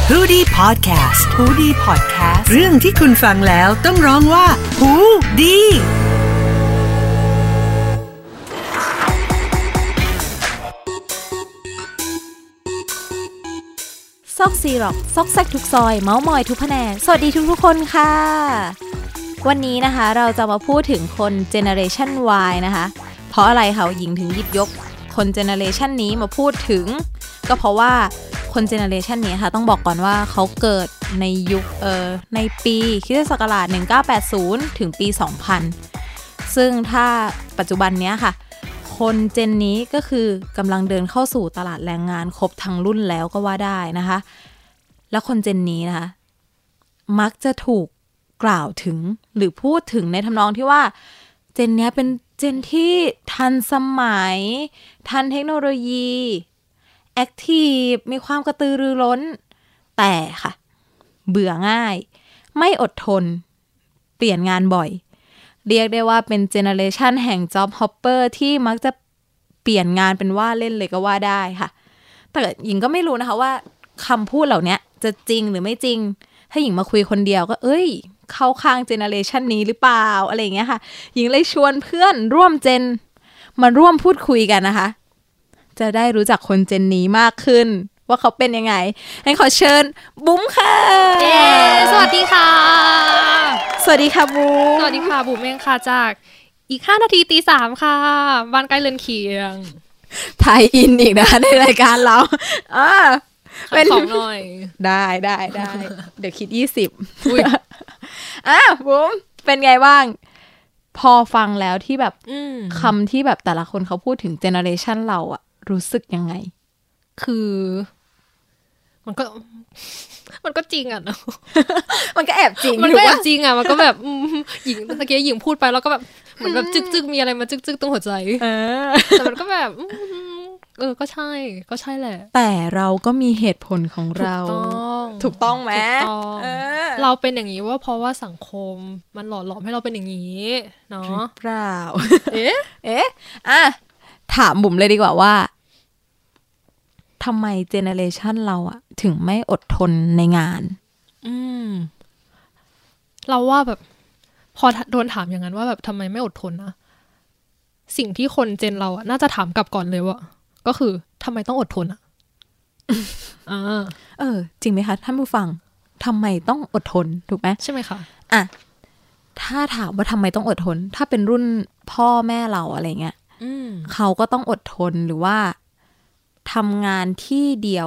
ฮูดี้พอดแคสต์ฮูดี้พอดแคสต์เรื่องที่คุณฟังแล้วต้องร้องว่าฮูดีซอกซีร็อกซอกแซกทุกซอยเม้ามอยทุกแผนกสวัสดีทุกคนค่ะวันนี้นะคะเราจะมาพูดถึงคนเจเนอเรชัน Y นะคะเพราะอะไรคะหญิงถึงหยิบยกคนเจเนอเรชันนี้มาพูดถึงก็เพราะว่าคนเจเนอเรชันนี้ค่ะต้องบอกก่อนว่าเขาเกิดในยุคในปีคริสตศักราช1980ถึงปี2000ซึ่งถ้าปัจจุบันเนี้ยค่ะคนเจนนี้ก็คือกำลังเดินเข้าสู่ตลาดแรงงานครบทั้งรุ่นแล้วก็ว่าได้นะคะแล้วคนเจนนี้นะคะมักจะถูกกล่าวถึงหรือพูดถึงในทำนองที่ว่าเจนนี้เป็นเจนที่ทันสมัยทันเทคโนโลยีแอคทีฟมีความกระตือรือร้นแต่ค่ะเบื่อง่ายไม่อดทนเปลี่ยนงานบ่อยเรียกได้ว่าเป็นเจเนอเรชันแห่งจ็อบฮอปเปอร์ที่มักจะเปลี่ยนงานเป็นว่าเล่นเลยก็ว่าได้ค่ะแต่หญิงก็ไม่รู้นะคะว่าคำพูดเหล่านี้จะจริงหรือไม่จริงถ้าหญิงมาคุยคนเดียวก็เข้าข้างเจเนอเรชันนี้หรือเปล่าอะไรอย่างเงี้ยค่ะหญิงเลยชวนเพื่อนร่วมเจนมาร่วมพูดคุยกันนะคะจะได้รู้จักคนเจนนี้มากขึ้นว่าเขาเป็นยังไงงั้นขอเชิญบุ๋มค่ะสวัสดีค่ะสวัสดีค่ะบุ๋มสวัสดีค่ะบุ๋มเองค่ะจากอีก5 นาทีตี 3ค่ะบ้านใกล้เรือนเคียงไทยอินอีกนะในรายการเราเป็นของหน่อยได้เดี๋ยวคิด20อุ้ยบุ๋มเป็นไงบ้างพอฟังแล้วที่แบบคำที่แบบแต่ละคนเขาพูดถึงเจเนอเรชันเราอะรู้สึกยังไงคือมันก็จริงอ่ะเนาะมันก็แอบจริงมันก็แอบจริงอ่ะมันก็แบบหญิงตะกี้หญิงพูดไปแล้วก็แบบเหมือนแบบจึกๆมีอะไรมาจึกๆตรงหัวใจแต่มันก็แบบก็ใช่แหละแต่เราก็มีเหตุผลของเราถูกต้องไหมเราเป็นอย่างนี้ว่าเพราะว่าสังคมมันหล่อหลอมให้เราเป็นอย่างนี้เนาะเปล่าถามบุ๋มเลยดีกว่าว่าทำไมเจเนอเรชันเราอะถึงไม่อดทนในงานเราว่าแบบพอโดนถามอย่างนั้นว่าแบบทำไมไม่อดทนนะสิ่งที่คนเจนเราอะน่าจะถามกลับก่อนเลยว่าก็คือทำไมต้องอดทนอะจริงไหมคะท่านผู้ฟังทำไมต้องอดทนถูกไหมใช่ไหมคะถ้าถามว่าทำไมต้องอดทนถ้าเป็นรุ่นพ่อแม่เราอะไรเงี้ยเขาก็ต้องอดทนหรือว่าทำงานที่เดียว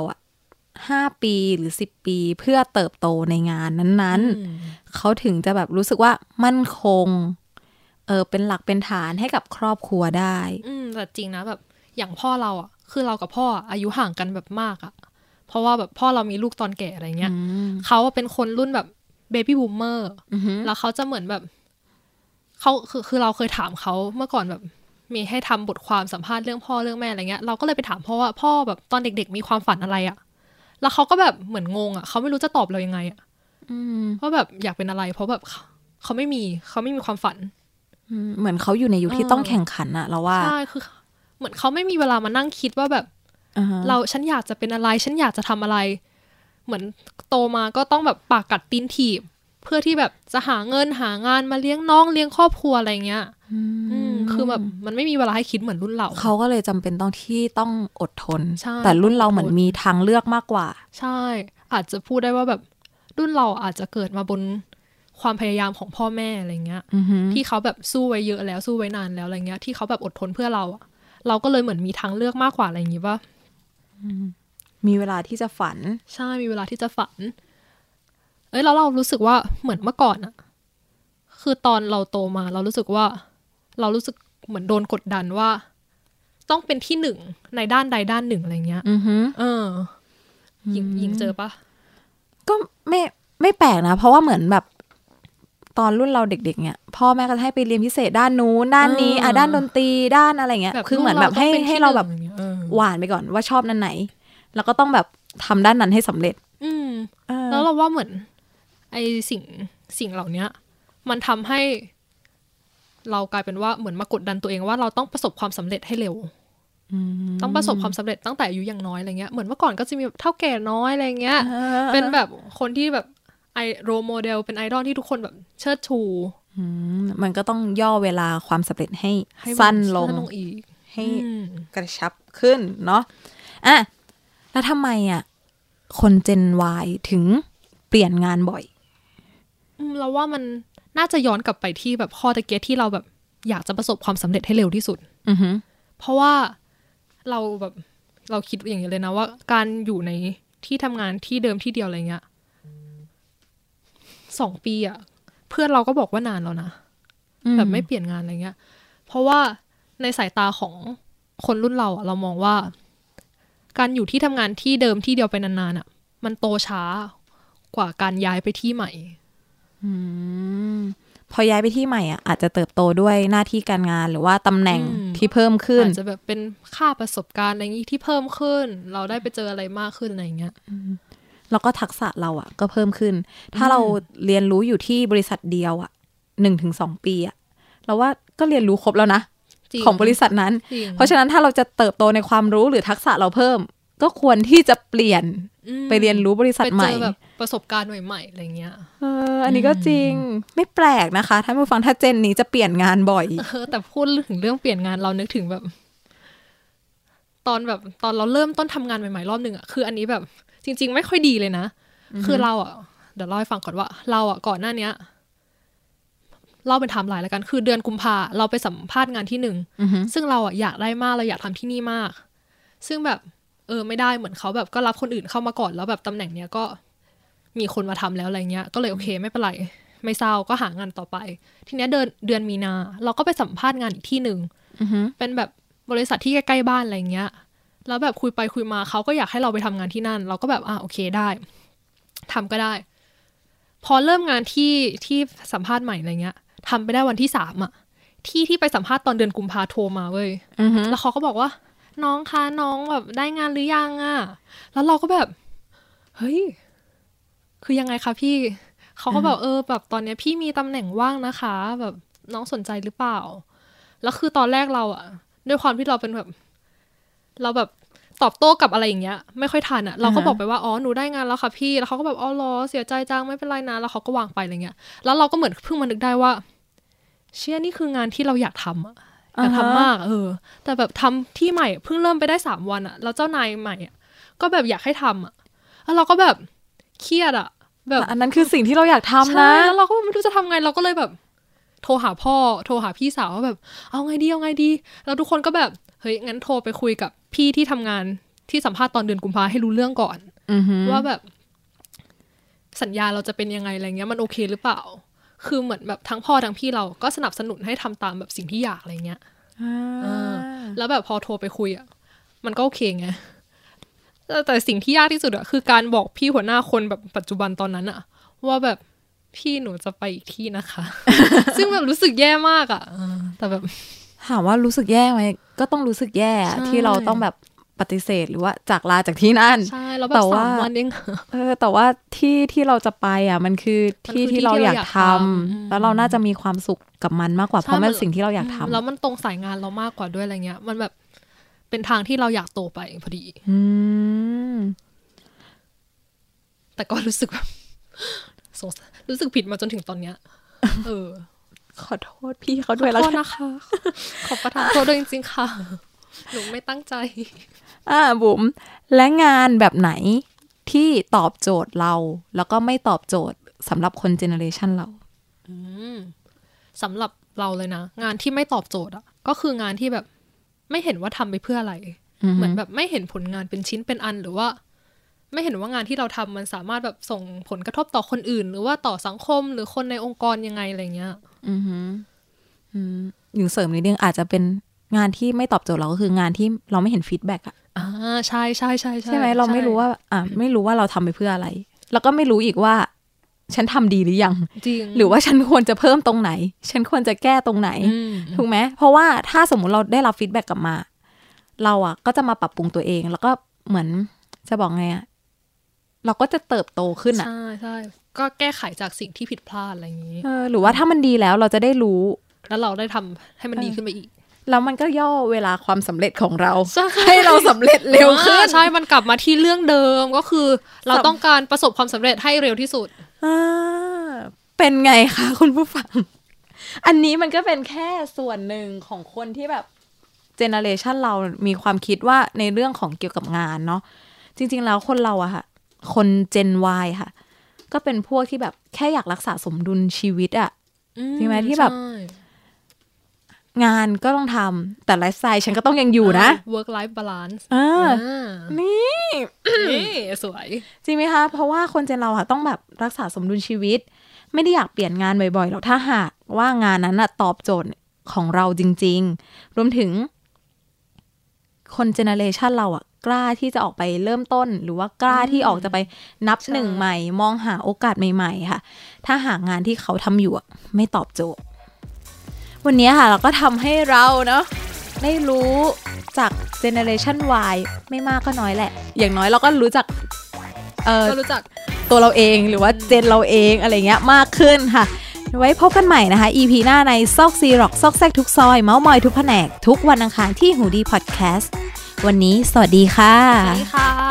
5 ปีหรือ10 ปีเพื่อเติบโตในงานนั้นๆเขาถึงจะแบบรู้สึกว่ามั่นคงเป็นหลักเป็นฐานให้กับครอบครัวได้แต่จริงนะแบบอย่างพ่อเราคือเรากับพ่ออายุห่างกันแบบมากเพราะว่าแบบพ่อเรามีลูกตอนแก่อะไรเงี้ยเขาเป็นคนรุ่นแบบเบบี้บูมเมอร์แล้วเขาจะเหมือนแบบเขาคือเราเคยถามเขาเมื่อก่อนแบบมีให้ทำบทความสัมภาษณ์เรื่องพ่อเรื่องแม่อะไรเงี้ยเราก็เลยไปถามพ่อว่าพ่อแบบตอนเด็กๆมีความฝันอะไรแล้วเขาก็แบบเหมือนงงเขาไม่รู้จะตอบเรายังไงว่าแบบอยากเป็นอะไรเพราะแบบเขาไม่มีความฝันเหมือนเขาอยู่ในยุคที่ต้องแข่งขันเราว่าใช่คือเหมือนเขาไม่มีเวลามานั่งคิดว่าแบบฉันอยากจะเป็นอะไรฉันอยากจะทำอะไรเหมือนโตมาก็ต้องแบบปากกัดตีนถีบเพื่อที่แบบจะหาเงินหางานมาเลี้ยงน้องเลี้ยงครอบครัวอะไรเงี้ยคือแบบมันไม่มีเวลาให้คิดเหมือนรุ่นเราเขาก็เลยจำเป็นต้องอดทนแต่รุ่นเราเหมือนมีทางเลือกมากกว่าใช่อาจจะพูดได้ว่าแบบรุ่นเราอาจจะเกิดมาบนความพยายามของพ่อแม่อะไรเงี้ยที่เขาแบบสู้ไว้เยอะแล้วสู้ไว้นานแล้วอะไรเงี้ยที่เขาแบบอดทนเพื่อเราเราก็เลยเหมือนมีทางเลือกมากกว่าอะไรอย่างงี้ป่ะมีเวลาที่จะฝันใช่มีเวลาที่จะฝันแล้วเรารู้สึกว่าเหมือนเมื่อก่อนคือตอนเราโตมาเรารู้สึกว่าเรารู้สึกเหมือนโดนกดดันว่าต้องเป็นที่1ในด้านใดด้านหนึ่งอะไรเงี้ยหญิงเจอปะก็ไม่แปลกนะเพราะว่าเหมือนแบบตอนรุ่นเราเด็กๆเนี่ยพ่อแม่ก็ให้ไปเรียนพิเศษด้านนู้นด้านนี้ด้านดนตรีด้านอะไรเงี้ยคือเหมือนแบบให้เราแบบหวานไปก่อนว่าชอบนั่นไหนแล้วก็ต้องแบบทำด้านนั้นให้สำเร็จแล้วเราว่าเหมือนไอสิ่งเหล่านี้มันทำให้เรากลายเป็นว่าเหมือนมากดดันตัวเองว่าเราต้องประสบความสำเร็จให้เร็วต้องประสบความสำเร็จตั้งแต่อายุยังน้อยอะไรเงี้ยเหมือนเมื่อก่อนก็จะมีเท่าแก่น้อยอะไรเงี้ยเป็นแบบคนที่แบบโรโมเดลเป็นไอดอลที่ทุกคนแบบเชิดชูมันก็ต้องย่อเวลาความสำเร็จให้สั้นลงอีกให้กระชับขึ้นเนาะอ่ะแล้วทำไมอ่ะคนเจน Y ถึงเปลี่ยนงานบ่อยเราว่ามันน่าจะย้อนกลับไปที่แบบข้อตะเกียบที่เราแบบอยากจะประสบความสำเร็จให้เร็วที่สุดเพราะว่าเราคิดอย่างนี้เลยนะว่าการอยู่ในที่ทำงานที่เดิมที่เดียวอะไรเงี้ย2 ปีอ่ะเพื่อนเราก็บอกว่านานแล้วนะแบบไม่เปลี่ยนงานอะไรเงี้ยเพราะว่าในสายตาของคนรุ่นเราอ่ะเรามองว่าการอยู่ที่ทำงานที่เดิมที่เดียวไปนานๆอ่ะมันโตช้ากว่าการย้ายไปที่ใหม่พอย้ายไปที่ใหม่อ่ะอาจจะเติบโตด้วยหน้าที่การงานหรือว่าตำแหน่งที่เพิ่มขึ้นอาจจะแบบเป็นค่าประสบการณ์อะไรอย่างนี้ที่เพิ่มขึ้นเราได้ไปเจออะไรมากขึ้นอะไรอย่างเงี้ยแล้วก็ทักษะเราอ่ะก็เพิ่มขึ้นถ้าเราเรียนรู้อยู่ที่บริษัทเดียวอ่ะ 1-2 ปีอ่ะเราว่าก็เรียนรู้ครบแล้วนะของบริษัทนั้นเพราะฉะนั้นถ้าเราจะเติบโตในความรู้หรือทักษะเราเพิ่มก็ควรที่จะเปลี่ยนไปเรียนรู้บริษัทใหม่ไปเจอแบบประสบการณ์ใหม่ๆอะไรเงี้ยอันนี้ก็จริงไม่แปลกนะคะท่านผู้ฟังถ้าเจนนี้จะเปลี่ยนงานบ่อยแต่พูดถึงเรื่องเปลี่ยนงานเรานึกถึงแบบตอนเราเริ่มต้นทำงานใหม่ๆรอบนึงอ่ะคืออันนี้แบบจริงๆไม่ค่อยดีเลยนะคือเราอ่ะเดี๋ยวเล่าให้ฟังก่อนว่าเราอ่ะก่อนหน้านี้เล่าเป็นไทม์ไลน์แล้วกันคือเดือนกุมภาเราไปสัมภาษณ์งานที่1ซึ่งเราอ่ะอยากได้มากเราอยากทำที่นี่มากซึ่งแบบไม่ได้เหมือนเขาแบบก็รับคนอื่นเข้ามาก่อนแล้วแบบตำแหน่งเนี้ยก็มีคนมาทำแล้วอะไรเงี้ยก็เลยโอเคไม่เป็นไรไม่เศร้าก็หางานต่อไปทีเนี้ยเดือนมีนาเราก็ไปสัมภาษณ์งานอีกที่นึงเป็นแบบบริษัทที่ใกล้ๆบ้านอะไรเงี้ยแล้วแบบคุยไปคุยมาเขาก็อยากให้เราไปทำงานที่นั่นเราก็แบบโอเคได้ทำก็ได้พอเริ่มงานที่สัมภาษณ์ใหม่อะไรเงี้ยทำไปได้วันที่3อ่ะที่ไปสัมภาษณ์ตอนเดือนกุมภาโทรมาเว้ยแล้วเขาก็บอกว่าน้องคะน้องแบบได้งานหรือยังอ่ะแล้วเราก็แบบเฮ้ยคือยังไงคะพี่เขาก็แบบแบบตอนนี้พี่มีตำแหน่งว่างนะคะแบบน้องสนใจหรือเปล่าแล้วคือตอนแรกเราอ่ะด้วยความที่เราเป็นแบบเราแบบตอบโต้กับอะไรอย่างเงี้ยไม่ค่อยทันอ่ะเราก็บอกไปว่าหนูได้งานแล้วค่ะพี่แล้วเขาก็แบบเหรอเสียใจจังไม่เป็นไรนะแล้วเขาก็วางไปอะไรเงี้ยแล้วเราก็เหมือนเพิ่งมานึกได้ว่าเชี่ยนี่คืองานที่เราอยากทำอ่ะอยากทำมากแต่แบบทำที่ใหม่เพิ่งเริ่มไปได้3 วันอ่ะแล้วเจ้านายใหม่อ่ะก็แบบอยากให้ทำอ่ะแล้วเราก็แบบเครียดอ่ะแบบอันนั้นคือสิ่งที่เราอยากทำนะแล้วเราก็ไม่รู้จะทำไงเราก็เลยแบบโทรหาพ่อโทรหาพี่สาวว่าแบบเอาไงดีแล้วทุกคนก็แบบเฮ้ยงั้นโทรไปคุยกับพี่ที่ทำงานที่สัมภาษณ์ตอนเดือนกุมภาให้รู้เรื่องก่อนว่าแบบสัญญาเราจะเป็นยังไงอะไรเงี้ยมันโอเคหรือเปล่าคือเหมือนแบบทั้งพ่อทั้งพี่เราก็สนับสนุนให้ทำตามแบบสิ่งที่อยากอะไรเงี้ยแล้วแบบพอโทรไปคุยอ่ะมันก็โอเคไงแต่สิ่งที่ยากที่สุดอ่ะคือการบอกพี่หัวหน้าคนแบบปัจจุบันตอนนั้นอ่ะว่าแบบพี่หนูจะไปอีกที่นะคะ ซึ่งแบบรู้สึกแย่มากอ่ะแต่แบบถามว่ารู้สึกแย่ไหมก็ต้องรู้สึกแย่ที่เราต้องแบบปฏิเสธหรือว่าจากลาจากที่นั่นใช่แล้วแบบ3 วันเองแต่ว่าที่เราจะไปอ่ะมันคือที่เราอยากทำแล้วเราน่าจะมีความสุขกับมันมากกว่าเพราะมันสิ่งที่เราอยากทำแล้วมันตรงสายงานเรามากกว่าด้วยอะไรเงี้ยมันแบบเป็นทางที่เราอยากโตไปพอดีแต่ก็รู้สึกแบบรู้สึกผิดมาจนถึงตอนเนี้ยขอโทษพี่เขาด้วยแล้วกันนะคะขอประทานโทษด้วยจริงๆค่ะหนูไม่ตั้งใจบุ๋มและงานแบบไหนที่ตอบโจทย์เราแล้วก็ไม่ตอบโจทย์สำหรับคนเจเนอเรชันเราสำหรับเราเลยนะงานที่ไม่ตอบโจทย์อ่ะก็คืองานที่แบบไม่เห็นว่าทำไปเพื่ออะไรเหมือนแบบไม่เห็นผลงานเป็นชิ้นเป็นอันหรือว่าไม่เห็นว่างานที่เราทำมันสามารถแบบส่งผลกระทบต่อคนอื่นหรือว่าต่อสังคมหรือคนในองค์กรยังไงอะไรเงี้ยอยู่เสริมนิดนึงอาจจะเป็นงานที่ไม่ตอบโจทย์เราก็คืองานที่เราไม่เห็นฟีดแบ็กอ่ะใช่ใช่ใช่ใช่ไหมเราไม่รู้ว่าไม่รู้ว่าเราทำไปเพื่ออะไรแล้วก็ไม่รู้อีกว่าฉันทำดีหรือยังจริงหรือว่าฉันควรจะเพิ่มตรงไหนฉันควรจะแก้ตรงไหนถูกไหมเพราะว่าถ้าสมมุติเราได้รับฟีดแบ็กกลับมาเราอ่ะก็จะมาปรับปรุงตัวเองแล้วก็เหมือนจะบอกไงอ่ะเราก็จะเติบโตขึ้นอ่ะใช่ก็แก้ไขจากสิ่งที่ผิดพลาดอะไรอย่างนี้หรือว่าถ้ามันดีแล้วเราจะได้รู้แล้วเราได้ทำให้มันดีขึ้นไปอีกแล้วมันก็ย่อเวลาความสำเร็จของเราให้เราสำเร็จเร็วขึ้นใช่มันกลับมาที่เรื่องเดิมก็คือเราต้องการประสบความสำเร็จให้เร็วที่สุดเป็นไงคะคุณผู้ฟังอันนี้มันก็เป็นแค่ส่วนหนึ่งของคนที่แบบเจเนอเรชันเรามีความคิดว่าในเรื่องของเกี่ยวกับงานเนาะจริงๆแล้วคนเราอะค่ะคนเจน Y ค่ะก็เป็นพวกที่แบบแค่อยากรักษาสมดุลชีวิตอะใช่ไหมที่แบบงานก็ต้องทำแต่ไลฟ์สไตล์ฉันก็ต้องยังอยู่นะ work life balance นี่สวยจริงไหมคะเพราะว่าคนเจนเราค่ะต้องแบบรักษาสมดุลชีวิตไม่ได้อยากเปลี่ยนงานบ่อยๆหรอกถ้าหากว่างานนั้นตอบโจทย์ของเราจริงๆรวมถึงคนเจเนอเรชันเรากล้าที่จะออกไปเริ่มต้นหรือว่ากล้าที่ออกจะไปนับหนึ่งใหม่มองหาโอกาสใหม่ๆค่ะถ้าหากงานที่เขาทำอยู่ไม่ตอบโจทย์วันนี้ค่ะเราก็ทำให้เราเนาะได้รู้จากเจเนอเรชัน Y ไม่มากก็น้อยแหละอย่างน้อยเราก็รู้จักตัวเราเองหรือว่าเจนเราเองอะไรเงี้ยมากขึ้นค่ะไว้พบกันใหม่นะคะ EP หน้าในซอกซีร็อกซอกแซกทุกซอยเม้ามอยทุกแผนกทุกวันอังคารที่หูดีพอดแคสต์วันนี้สวัสดีค่ะสวัสดีค่ะ